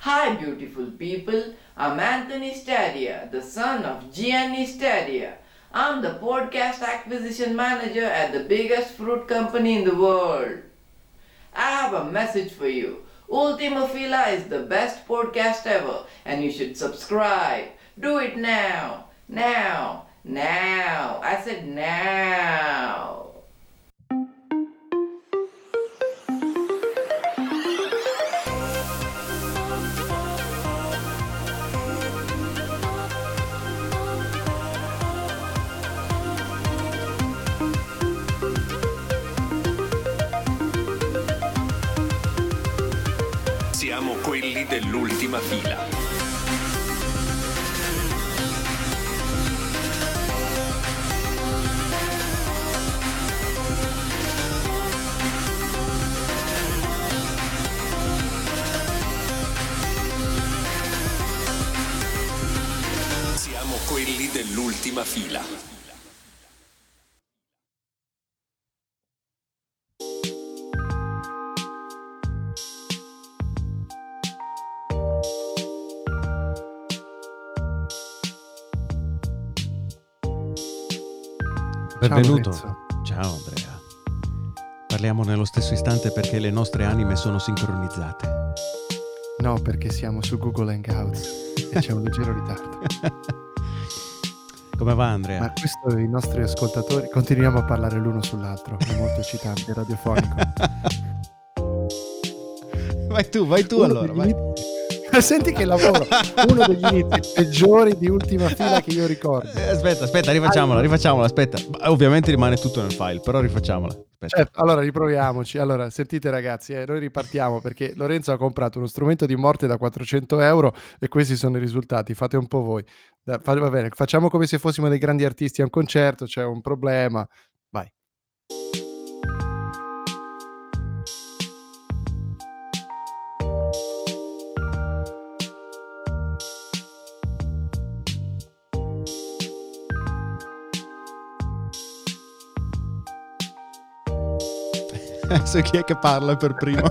Hi, beautiful people. I'm Anthony Stadia, the son of Gianni Stadia. I'm the podcast acquisition manager at the biggest fruit company in the world. I have a message for you. Ultima Fila is the best podcast ever, and you should subscribe. Do it now. Now. Now. I said now. Siamo quelli dell'ultima fila. Siamo quelli dell'ultima fila. Benvenuto. Ciao Andrea. Parliamo nello stesso istante perché le nostre anime sono sincronizzate. No, perché siamo su Google Hangouts e c'è un leggero ritardo. Come va Andrea? Ma questo i nostri ascoltatori continuiamo a parlare l'uno sull'altro, è molto eccitante, radiofonico. Vai tu allora. Vai. Senti che lavoro, uno degli inizi peggiori di ultima fila che io ricordo. Aspetta, rifacciamola, aspetta. Ovviamente rimane tutto nel file, però rifacciamola. Certo, allora riproviamoci. Allora, sentite ragazzi, noi ripartiamo perché Lorenzo ha comprato uno strumento di morte da 400 euro e questi sono i risultati, fate un po' voi. Va bene, facciamo come se fossimo dei grandi artisti a un concerto, c'è un problema, vai. Adesso chi è che parla per primo?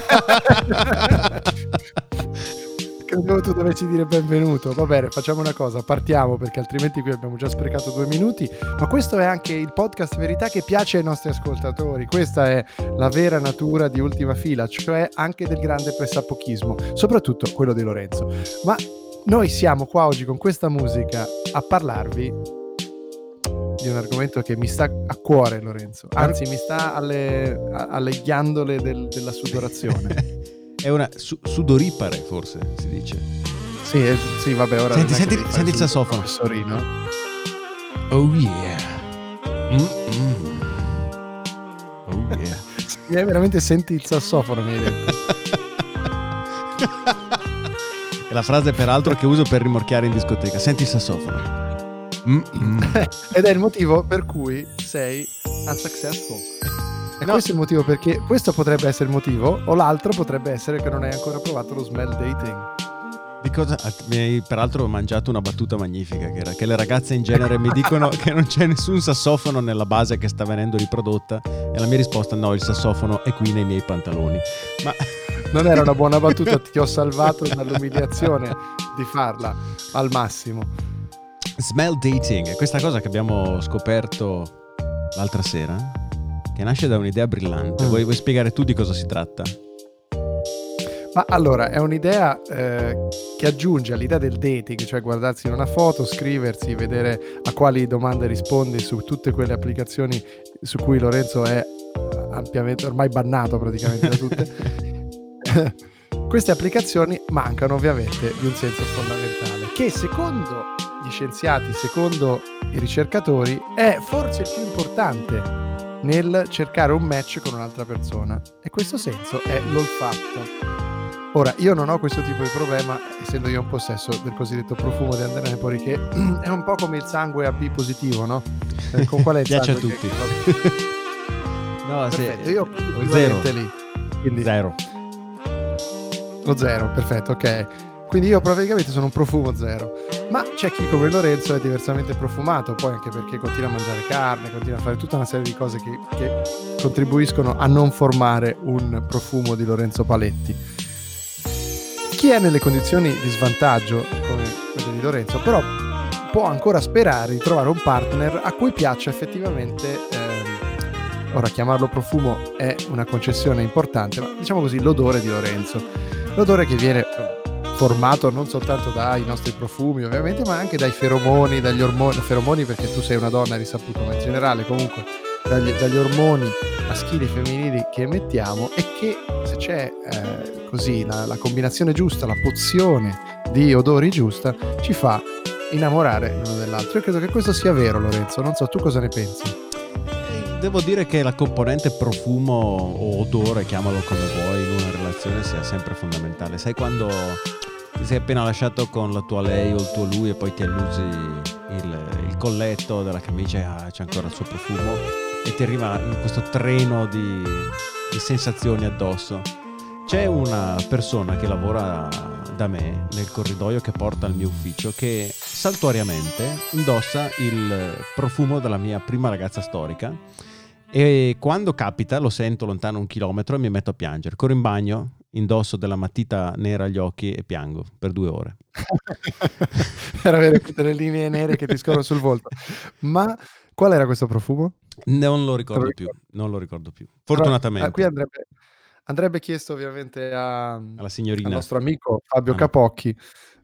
Credevo tu dovessi dire benvenuto. Va bene, facciamo una cosa, partiamo perché altrimenti qui abbiamo già sprecato 2 minuti, ma questo è anche il podcast verità che piace ai nostri ascoltatori. Questa è la vera natura di Ultima Fila, cioè anche del grande pressapochismo, soprattutto quello di Lorenzo. Ma noi siamo qua oggi con questa musica a parlarvi di un argomento che mi sta a cuore, Lorenzo, anzi mi sta alle ghiandole della sudorazione. È una sudoripare, forse si dice. Sì, vabbè, ora senti il sassofono. Professorino. Oh yeah. Oh yeah. Veramente senti il sassofono, mi hai detto. È la frase peraltro che uso per rimorchiare in discoteca. Senti il sassofono. Ed è il motivo per cui sei unsuccessful. E questo è il motivo, perché questo potrebbe essere il motivo, o l'altro potrebbe essere che non hai ancora provato lo smell dating. Di cosa? Mi hai peraltro mangiato una battuta magnifica, che era che le ragazze in genere mi dicono che non c'è nessun sassofono nella base che sta venendo riprodotta, e la mia risposta: no, il sassofono è qui nei miei pantaloni. Ma non era una buona battuta, ti ho salvato dall'umiliazione di farla al massimo. Smell dating è questa cosa che abbiamo scoperto l'altra sera, che nasce da un'idea brillante. Vuoi spiegare tu di cosa si tratta? Ma allora, è un'idea che aggiunge all'idea del dating, cioè guardarsi in una foto, scriversi, vedere a quali domande rispondi su tutte quelle applicazioni su cui Lorenzo è ampiamente ormai bannato praticamente da tutte. Queste applicazioni mancano ovviamente di un senso fondamentale, che secondo gli scienziati, secondo i ricercatori, è forse il più importante nel cercare un match con un'altra persona, e questo senso è l'olfatto. Ora, io non ho questo tipo di problema, essendo io in possesso del cosiddetto profumo di Andrea Nepori, che è un po' come il sangue AB positivo, no? Con quale piace a sangue tutti. No, perfetto, io zero. Lì. Quindi Zero. Lo zero, perfetto, ok. Quindi io praticamente sono un profumo zero. Ma c'è chi come Lorenzo è diversamente profumato, poi anche perché continua a mangiare carne, continua a fare tutta una serie di cose che contribuiscono a non formare un profumo di Lorenzo Paletti. Chi è nelle condizioni di svantaggio, come quelle di Lorenzo, però può ancora sperare di trovare un partner a cui piaccia effettivamente, ora chiamarlo profumo è una concessione importante, ma diciamo così l'odore di Lorenzo. L'odore che viene formato non soltanto dai nostri profumi ovviamente, ma anche dai feromoni, dagli ormoni, feromoni perché tu sei una donna, risaputo, ma in generale comunque dagli ormoni maschili e femminili che emettiamo, e che se c'è così la combinazione giusta, la pozione di odori giusta, ci fa innamorare l'uno dell'altro. Io credo che questo sia vero, Lorenzo, non so tu cosa ne pensi. Devo dire che la componente profumo o odore, chiamalo come vuoi, in una relazione sia sempre fondamentale. Sai quando ti sei appena lasciato con la tua lei o il tuo lui e poi ti allusi il colletto della camicia, c'è ancora il suo profumo e ti arriva questo treno di sensazioni addosso. C'è una persona che lavora da me nel corridoio che porta al mio ufficio che saltuariamente indossa il profumo della mia prima ragazza storica, e quando capita lo sento lontano 1 chilometro e mi metto a piangere. Corro in bagno, indosso della matita nera agli occhi e piango per 2 ore. Per avere tutte le linee nere che ti scorrono sul volto. Ma qual era questo profumo? Non lo ricordo più. Fortunatamente. Qui andrebbe chiesto ovviamente alla signorina, al nostro amico Fabio Capocchi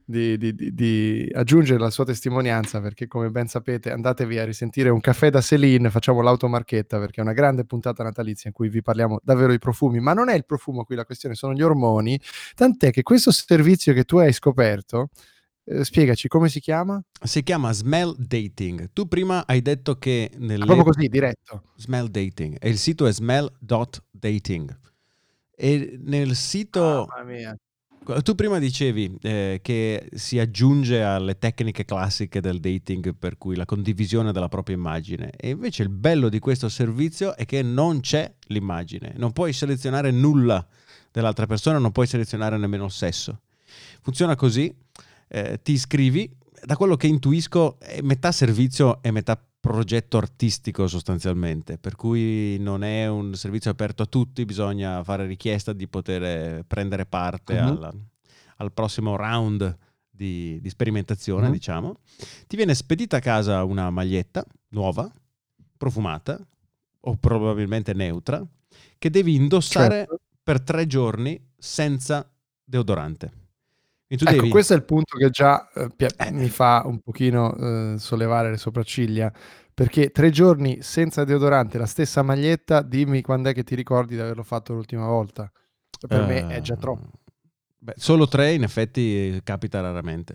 di aggiungere la sua testimonianza, perché come ben sapete andatevi a risentire Un caffè da Céline, facciamo l'automarchetta perché è una grande puntata natalizia in cui vi parliamo davvero di profumi, ma non è il profumo qui la questione, sono gli ormoni, tant'è che questo servizio che tu hai scoperto, spiegaci come si chiama? Si chiama Smell Dating. Tu prima hai detto che proprio così, diretto. Smell Dating, e il sito è smell.dating. E nel sito, mamma mia, tu prima dicevi che si aggiunge alle tecniche classiche del dating, per cui la condivisione della propria immagine, e invece il bello di questo servizio è che non c'è l'immagine, non puoi selezionare nulla dell'altra persona, non puoi selezionare nemmeno il sesso. Funziona così, ti iscrivi, da quello che intuisco è metà servizio e metà progetto artistico sostanzialmente, per cui non è un servizio aperto a tutti, bisogna fare richiesta di poter prendere parte al prossimo round di sperimentazione, diciamo. Ti viene spedita a casa una maglietta nuova, profumata o probabilmente neutra, che devi indossare per 3 giorni senza deodorante. Ecco, questo è il punto che già mi fa un pochino sollevare le sopracciglia, perché 3 giorni senza deodorante, la stessa maglietta, dimmi quando è che ti ricordi di averlo fatto l'ultima volta. Per me è già troppo. Beh, solo 3 in effetti capita raramente.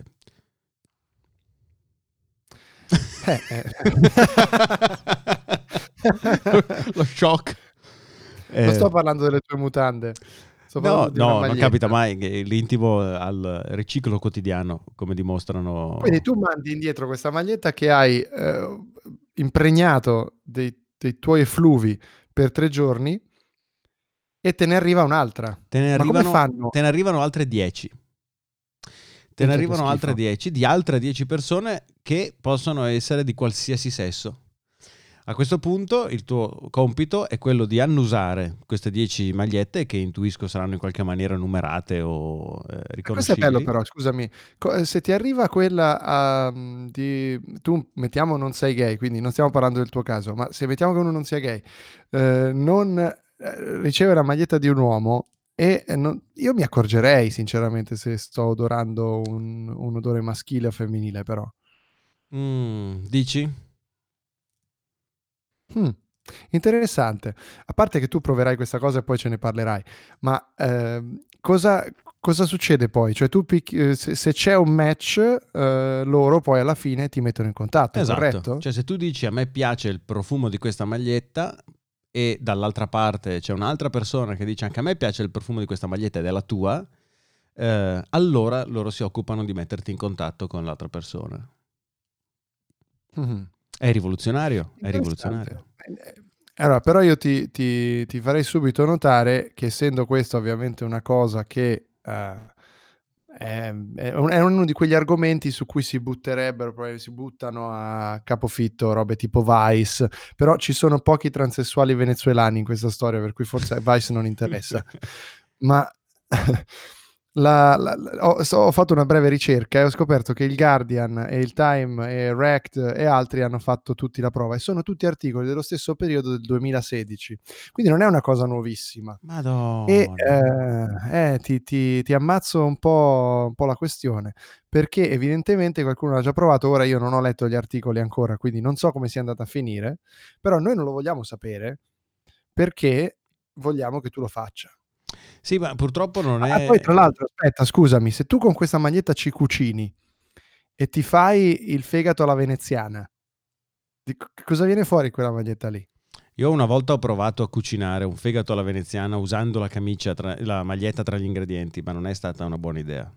Lo shock. Non sto parlando delle tue mutande. No, non capita mai, che l'intimo al riciclo quotidiano, come dimostrano. Quindi tu mandi indietro questa maglietta che hai impregnato dei tuoi effluvi per 3 giorni e te ne arriva un'altra. Ma come fanno? Te ne arrivano altre 10. Te ne arrivano altre 10 di altre 10 persone che possono essere di qualsiasi sesso. A questo punto il tuo compito è quello di annusare queste 10 magliette, che intuisco saranno in qualche maniera numerate o riconoscibili. Questo è bello però, scusami, se ti arriva quella tu mettiamo non sei gay, quindi non stiamo parlando del tuo caso, ma se mettiamo che uno non sia gay, non riceve la maglietta di un uomo, e io mi accorgerei sinceramente se sto odorando un odore maschile o femminile, però. Dici? Interessante. A parte che tu proverai questa cosa e poi ce ne parlerai, ma cosa succede poi? Cioè tu se c'è un match, loro poi alla fine ti mettono in contatto, esatto. Corretto? Cioè se tu dici a me piace il profumo di questa maglietta e dall'altra parte c'è un'altra persona che dice anche a me piace il profumo di questa maglietta ed è la tua, allora loro si occupano di metterti in contatto con l'altra persona. È rivoluzionario, è rivoluzionario. Allora, però io ti farei subito notare che, essendo questo ovviamente una cosa che è uno di quegli argomenti su cui si buttano a capofitto robe tipo Vice, però ci sono pochi transessuali venezuelani in questa storia, per cui forse Vice non interessa. Ma Ho fatto una breve ricerca e ho scoperto che il Guardian e il Time e Rect e altri hanno fatto tutti la prova e sono tutti articoli dello stesso periodo del 2016, quindi non è una cosa nuovissima. E Madonna. ti ammazzo un po' la questione, perché evidentemente qualcuno l'ha già provato. Ora io non ho letto gli articoli ancora, quindi non so come sia andata a finire, però noi non lo vogliamo sapere perché vogliamo che tu lo faccia. Sì, ma purtroppo non Poi tra è... l'altro, aspetta, scusami, se tu con questa maglietta ci cucini e ti fai il fegato alla veneziana, cosa viene fuori quella maglietta lì? Io una volta ho provato a cucinare un fegato alla veneziana usando la la maglietta tra gli ingredienti, ma non è stata una buona idea.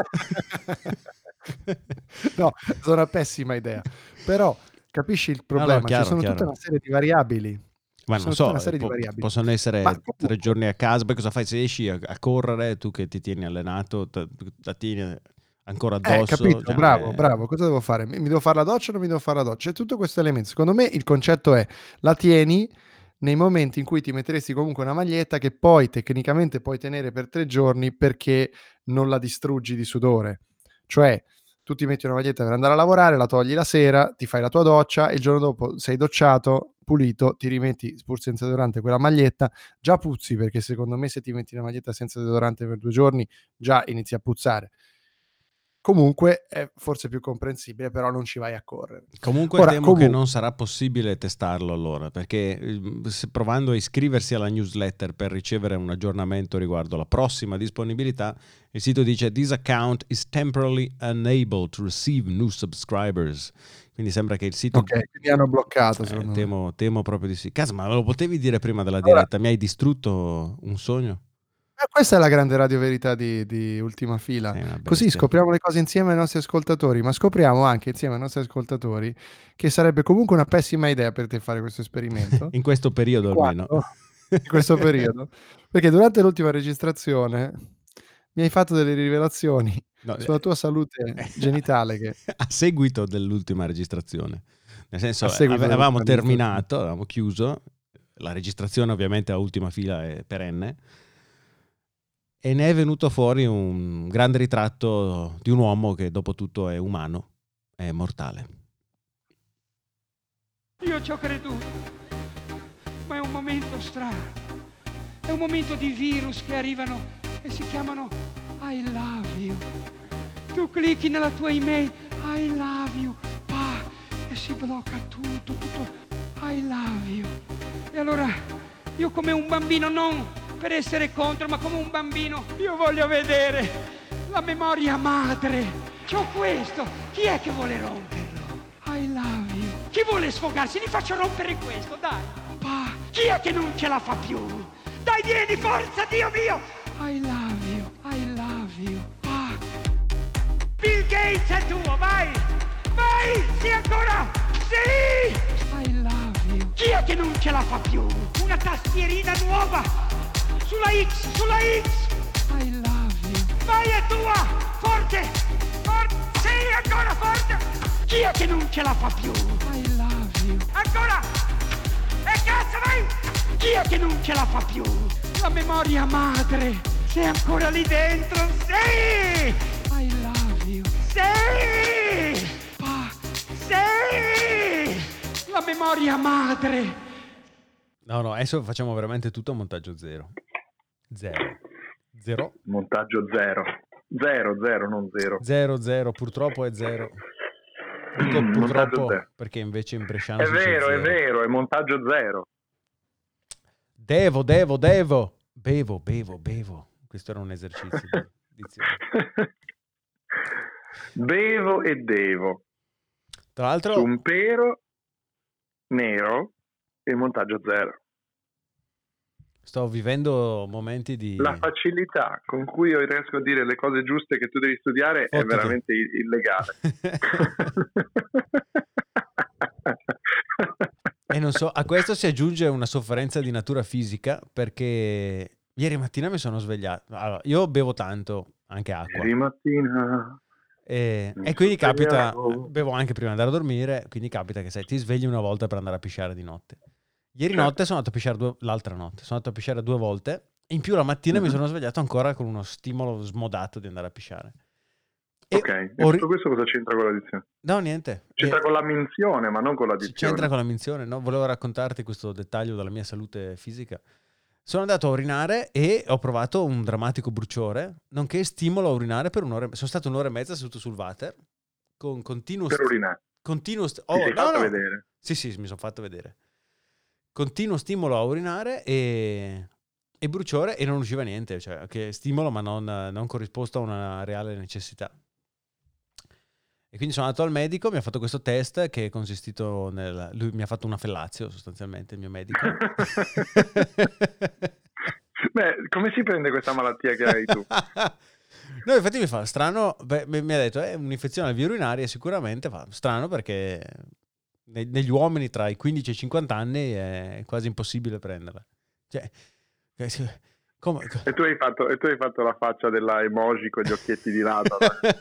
No, è una pessima idea. Però capisci il No, problema? Ci chiaro, sono tutta chiaro. una serie di variabili. Ma Ci non sono tutta una so, serie di variabili. possono Ma essere 3 comunque, giorni a casa, poi cosa fai se esci a correre, tu che ti tieni allenato, la tieni ancora addosso, capito, cioè, bravo. Cosa devo fare? Mi devo fare la doccia o non mi devo fare la doccia? C'è tutto questo elemento. Secondo me il concetto è: la tieni nei momenti in cui ti metteresti comunque una maglietta che poi tecnicamente puoi tenere per 3 giorni perché non la distruggi di sudore. Cioè, tu ti metti una maglietta per andare a lavorare, la togli la sera, ti fai la tua doccia e il giorno dopo sei docciato, pulito, ti rimetti pur senza deodorante quella maglietta, già puzzi, perché secondo me se ti metti una maglietta senza deodorante per 2 giorni già inizi a puzzare. Comunque è forse più comprensibile, però non ci vai a correre. Comunque Ora, temo che non sarà possibile testarlo allora, perché provando a iscriversi alla newsletter per ricevere un aggiornamento riguardo la prossima disponibilità, il sito dice "This account is temporarily unable to receive new subscribers". Quindi sembra che il sito... ok, quindi hanno bloccato secondo me. temo proprio di sì. Casa, ma lo potevi dire prima della Allora, diretta? Mi hai distrutto un sogno? questa è la grande radioverità di Ultima Fila. Sei una Così bestia. scopriamo le cose insieme ai nostri ascoltatori, ma scopriamo anche insieme ai nostri ascoltatori che sarebbe comunque una pessima idea per te fare questo esperimento. In questo periodo in almeno. quanto- in questo periodo, perché durante l'ultima registrazione mi hai fatto delle rivelazioni No, sulla tua salute genitale che a seguito dell'ultima registrazione. Nel senso, a seguito avevamo dell'ultima registrazione. terminato, avevamo chiuso, la registrazione ovviamente a Ultima Fila è perenne, e ne è venuto fuori un grande ritratto di un uomo che dopo tutto è umano, è mortale. Io ci ho creduto, ma è un momento strano, è un momento di virus che arrivano e si chiamano I love you. Tu clicchi nella tua email I love you, e si blocca tutto I love you. E allora io come un bambino, non per essere contro, ma come un bambino, io voglio vedere la memoria madre. C'ho questo, chi è che vuole romperlo? I love you. Chi vuole sfogarsi? Gli faccio rompere questo, dai. Chi è che non ce la fa più? Dai, vieni, forza, Dio mio! I love you, I love you. Bill Gates è tuo, vai! Vai, sì ancora! Sì! I love you. Chi è che non ce la fa più? Una tastierina nuova! Sulla X, sulla X! I love you. Vai, è tua! Forte! Forte! Sì, ancora forte! Chi è che non ce la fa più? I love you. Ancora! E cazzo, vai! Chi è che non ce la fa più? La memoria madre! Sei ancora lì dentro? Sì! I love you. Sì! Sì! La memoria madre! No, adesso facciamo veramente tutto a montaggio zero. Zero. Montaggio zero, non zero. Zero, purtroppo è zero. Dico Montaggio purtroppo zero. perché invece in Bresciano È si dice vero, zero. è vero, è montaggio zero. Devo. Bevo. Questo era un esercizio di dizione. Bevo e devo. Tra l'altro, Su un pero nero e montaggio zero. sto vivendo momenti di... La facilità con cui io riesco a dire le cose giuste che tu devi studiare è Fottiti. veramente illegale. E non so, a questo si aggiunge una sofferenza di natura fisica perché ieri mattina mi sono svegliato. Allora, io bevo tanto, anche acqua. Ieri mattina E mi quindi sono capita, svegliato. bevo anche prima di andare a dormire, quindi capita che sai, ti svegli una volta per andare a pisciare di notte. Ieri Certo. notte sono andato a pisciare l'altra notte, sono andato a pisciare 2 volte In più la mattina mi sono svegliato ancora con uno stimolo smodato di andare a pisciare. Ok, e tutto questo cosa c'entra con l'addizione? No, niente. C'entra con la minzione, ma non con l'addizione. C'entra con la minzione, no? Volevo raccontarti questo dettaglio della mia salute fisica. Sono andato a urinare e ho provato un drammatico bruciore, nonché stimolo a urinare per un'ora. Sono stato un'ora e mezza seduto sul water con continuo... Per urinare. Ti sei fatto vedere? Sì, mi sono fatto vedere. Continuo stimolo a urinare e bruciore e non usciva niente, cioè che stimolo ma non corrisposto a una reale necessità. E quindi sono andato al medico, mi ha fatto questo test che è consistito lui mi ha fatto una fellazio sostanzialmente, il mio medico. Beh, come si prende questa malattia che hai tu? No, infatti mi fa strano, mi ha detto è un'infezione al vie urinarie sicuramente, fa strano perché negli uomini tra i 15 e i 50 anni è quasi impossibile prenderla. Cioè, come? E tu hai fatto la faccia della emoji con gli occhietti di lato.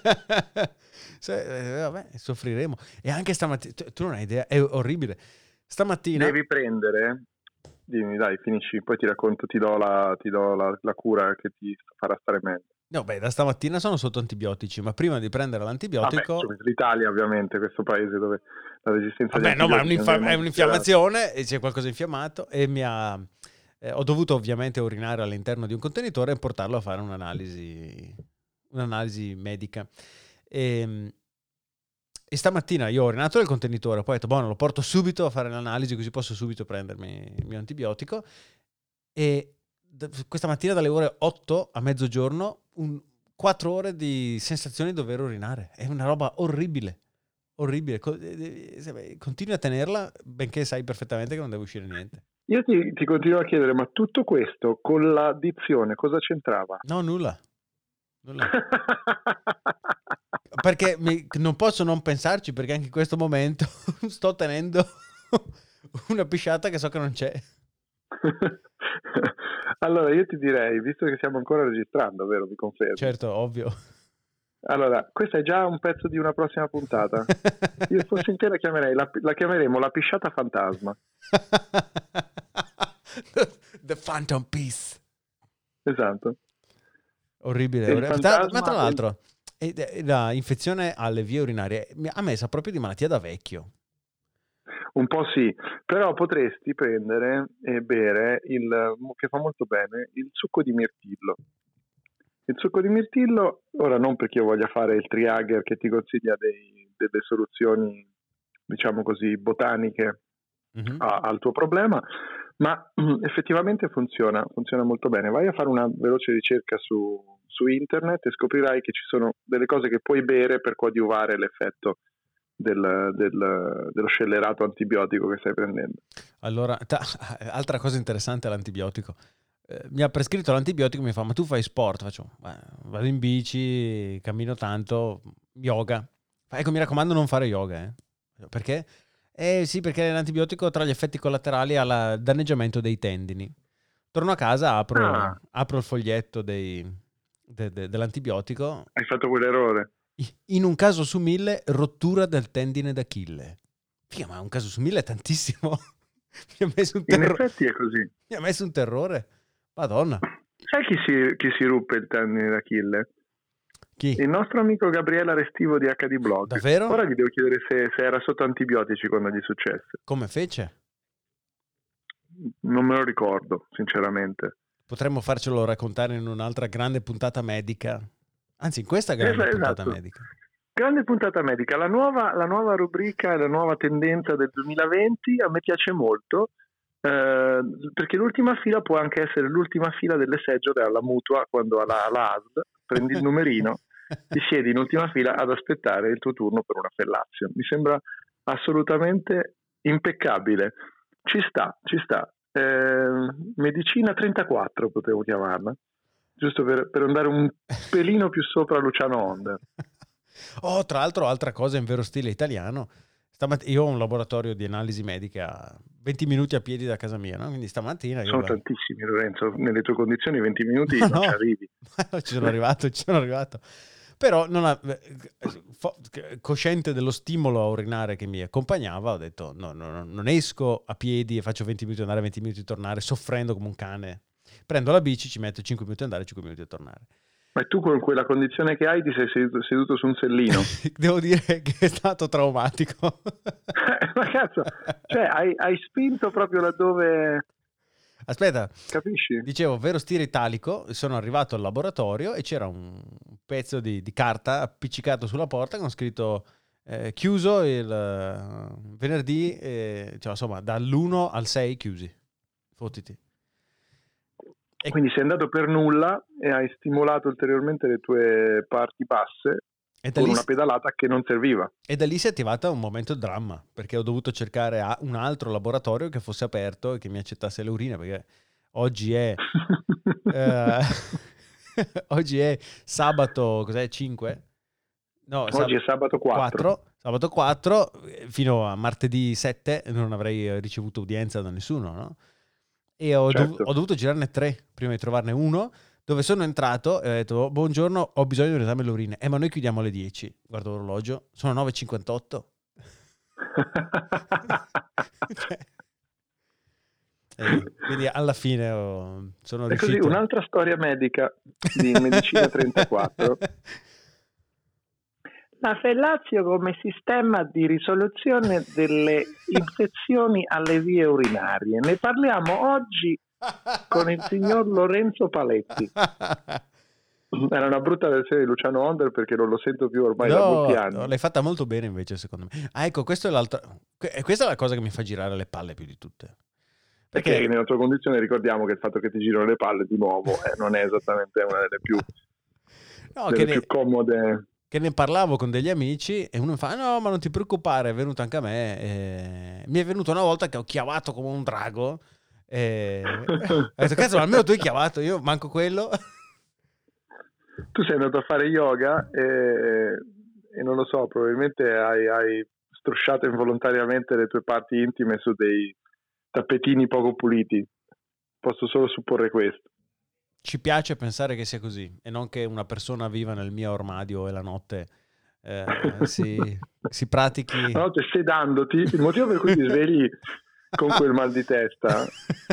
Vabbè, soffriremo. E anche stamattina, tu non hai idea, è orribile. Stamattina devi prendere, dimmi dai, finisci, poi ti racconto, ti do la cura che ti farà stare meglio. No, beh, da stamattina sono sotto antibiotici, ma prima di prendere l'antibiotico... l'Italia ovviamente, questo paese dove la resistenza Vabbè, no, ma è un'infiammazione, e c'è qualcosa infiammato e ho dovuto ovviamente urinare all'interno di un contenitore e portarlo a fare un'analisi medica. E stamattina io ho urinato nel contenitore, poi ho detto, lo porto subito a fare l'analisi così posso subito prendermi il mio antibiotico. E questa mattina dalle ore 8 a mezzogiorno 4 ore di sensazione di dover urinare. È una roba orribile. Continui a tenerla benché sai perfettamente che non deve uscire niente. Io ti continuo a chiedere, ma tutto questo con la dizione cosa c'entrava? No, nulla. Perché non posso non pensarci, perché anche in questo momento sto tenendo una pisciata che so che non c'è. Allora io ti direi, visto che stiamo ancora registrando, vero? Mi confermi? Certo, ovvio. Allora, questo è già un pezzo di una prossima puntata. Io fossi in te la chiameremo la pisciata fantasma. The Phantom Piece. Esatto. Orribile. Ma tra l'altro la infezione alle vie urinarie a me sa proprio di malattia da vecchio. Un po' sì, però potresti prendere e bere che fa molto bene, il succo di mirtillo. Il succo di mirtillo, ora non perché io voglia fare il triagger che ti consiglia delle soluzioni, diciamo così, botaniche al tuo problema, ma effettivamente funziona molto bene. Vai a fare una veloce ricerca su internet e scoprirai che ci sono delle cose che puoi bere per coadiuvare l'effetto dello scellerato antibiotico che stai prendendo. Allora, altra cosa interessante è l'antibiotico. Mi ha prescritto l'antibiotico, mi fa, ma tu fai sport? Faccio, vado in bici, cammino tanto, yoga. Ecco, mi raccomando non fare yoga, Perché? Sì, perché l'antibiotico tra gli effetti collaterali ha il danneggiamento dei tendini. Torno a casa, apro il foglietto dell'antibiotico. Hai fatto quell'errore. In un caso su 1000, rottura del tendine d'Achille. Ma un caso su 1000 è tantissimo. Mi ha messo un terrore. In effetti è così. Mi ha messo un terrore. Madonna. Sai chi si ruppe il tendine d'Achille? Chi? Il nostro amico Gabriele Arestivo di HD Blog. Davvero? Ora gli devo chiedere se era sotto antibiotici quando gli successe. Come fece? Non me lo ricordo, sinceramente. Potremmo farcelo raccontare in un'altra grande puntata medica. Anzi, in questa grande puntata medica. Grande puntata medica. La nuova rubrica, la nuova tendenza del 2020 a me piace molto, perché l'ultima fila può anche essere l'ultima fila delle seggiole alla mutua, quando alla ASL prendi il numerino, ti siedi in ultima fila ad aspettare il tuo turno per una fellazio. Mi sembra assolutamente impeccabile. Ci sta. Medicina 34 potevo chiamarla, giusto per andare un pelino più sopra Luciano Onder. Oh, tra l'altro, altra cosa in vero stile italiano. Io ho un laboratorio di analisi medica a 20 minuti a piedi da casa mia, no? Quindi stamattina... Sono tantissimi, Lorenzo. Nelle tue condizioni 20 minuti non ci arrivi. Ci sono arrivato. Però cosciente dello stimolo a urinare che mi accompagnava, ho detto no, non esco a piedi e faccio 20 minuti andare, 20 minuti tornare, soffrendo come un cane. Prendo la bici, ci metto 5 minuti ad andare, 5 minuti a tornare. Ma tu con quella condizione che hai ti sei seduto su un sellino? Devo dire che è stato traumatico. Ma cazzo, cioè hai spinto proprio laddove... Aspetta, capisci? Dicevo, vero stile italico, sono arrivato al laboratorio e c'era un pezzo di carta appiccicato sulla porta con scritto chiuso il venerdì, cioè, insomma, dall'1 al 6 chiusi. Fottiti. Quindi sei andato per nulla e hai stimolato ulteriormente le tue parti basse con una pedalata che non serviva. E da lì si è attivata un momento dramma, perché ho dovuto cercare un altro laboratorio che fosse aperto e che mi accettasse le urine, perché oggi è oggi è sabato, cos'è, 5? No, oggi è sabato 4. Sabato 4, fino a martedì 7 non avrei ricevuto udienza da nessuno, no? E ho dovuto girarne 3 prima di trovarne uno, dove sono entrato e ho detto buongiorno, ho bisogno di un esame alle urine. Ma noi chiudiamo alle 10. Guardo l'orologio, sono 9:58. Quindi alla fine sono riuscito. E così un'altra storia medica di Medicina 34. La fellatio come sistema di risoluzione delle infezioni alle vie urinarie. Ne parliamo oggi con il signor Lorenzo Paletti. Era una brutta versione di Luciano Onder perché non lo sento più ormai da molti anni. No, l'hai fatta molto bene invece, secondo me. Ah, ecco, questa è la cosa che mi fa girare le palle più di tutte. Perché nella tua condizione ricordiamo che il fatto che ti girano le palle di nuovo non è esattamente una delle più, più comode. Che ne parlavo con degli amici e uno mi fa no, ma non ti preoccupare, è venuto anche a me. Mi è venuto una volta che ho chiavato come un drago e ho detto cazzo, ma almeno tu hai chiavato, io manco quello. Tu sei andato a fare yoga e non lo so, probabilmente hai strusciato involontariamente le tue parti intime su dei tappetini poco puliti. Posso solo supporre questo. Ci piace pensare che sia così e non che una persona viva nel mio armadio e la notte si pratichi. La notte sedandoti, il motivo per cui ti svegli con quel mal di testa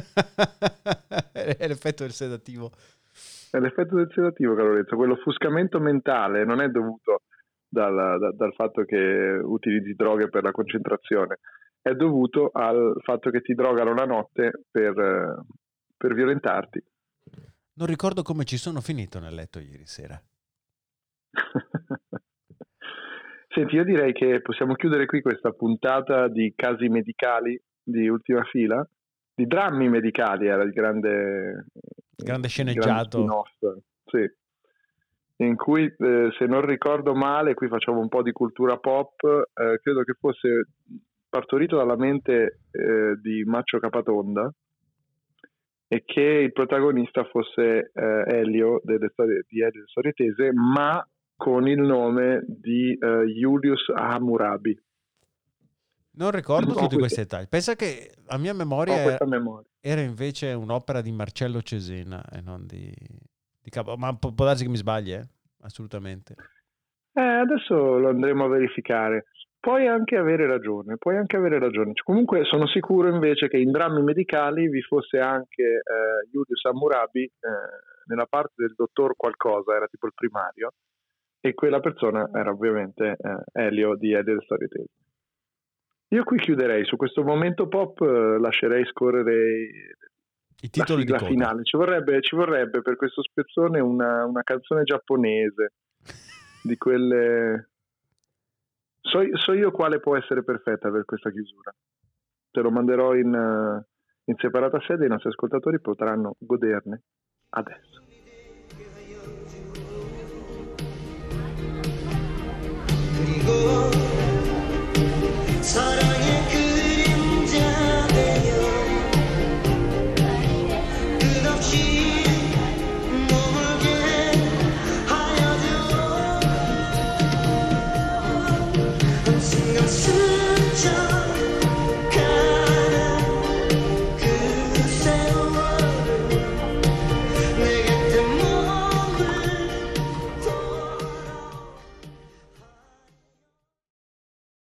è l'effetto del sedativo. È l'effetto del sedativo, caro Lorenzo. Quell'offuscamento mentale non è dovuto dal fatto che utilizzi droghe per la concentrazione, è dovuto al fatto che ti drogano la notte per violentarti. Non ricordo come ci sono finito nel letto ieri sera. Senti, io direi che possiamo chiudere qui questa puntata di casi medicali di Ultima Fila, di drammi medicali, era il grande sceneggiato. Sì. In cui, se non ricordo male, qui facciamo un po' di cultura pop, credo che fosse partorito dalla mente di Maccio Capatonda, e che il protagonista fosse Elio delle storie tese, ma con il nome di Julius Hammurabi. Non ricordo tutti questi dettagli. Pensa che a mia memoria era invece un'opera di Marcello Cesena e non di Capo. Ma può darsi che mi sbagli, assolutamente. Adesso lo andremo a verificare. Puoi anche avere ragione. Comunque sono sicuro invece che in drammi medicali vi fosse anche Julius Hammurabi nella parte del dottor qualcosa, era tipo il primario, e quella persona era ovviamente Elio di Elio delle storie tese. Io qui chiuderei, su questo momento pop lascerei scorrere i titoli di coda finale. Ci vorrebbe per questo spezzone una canzone giapponese di quelle. So io quale può essere perfetta per questa chiusura. Te lo manderò in separata sede e i nostri ascoltatori potranno goderne adesso.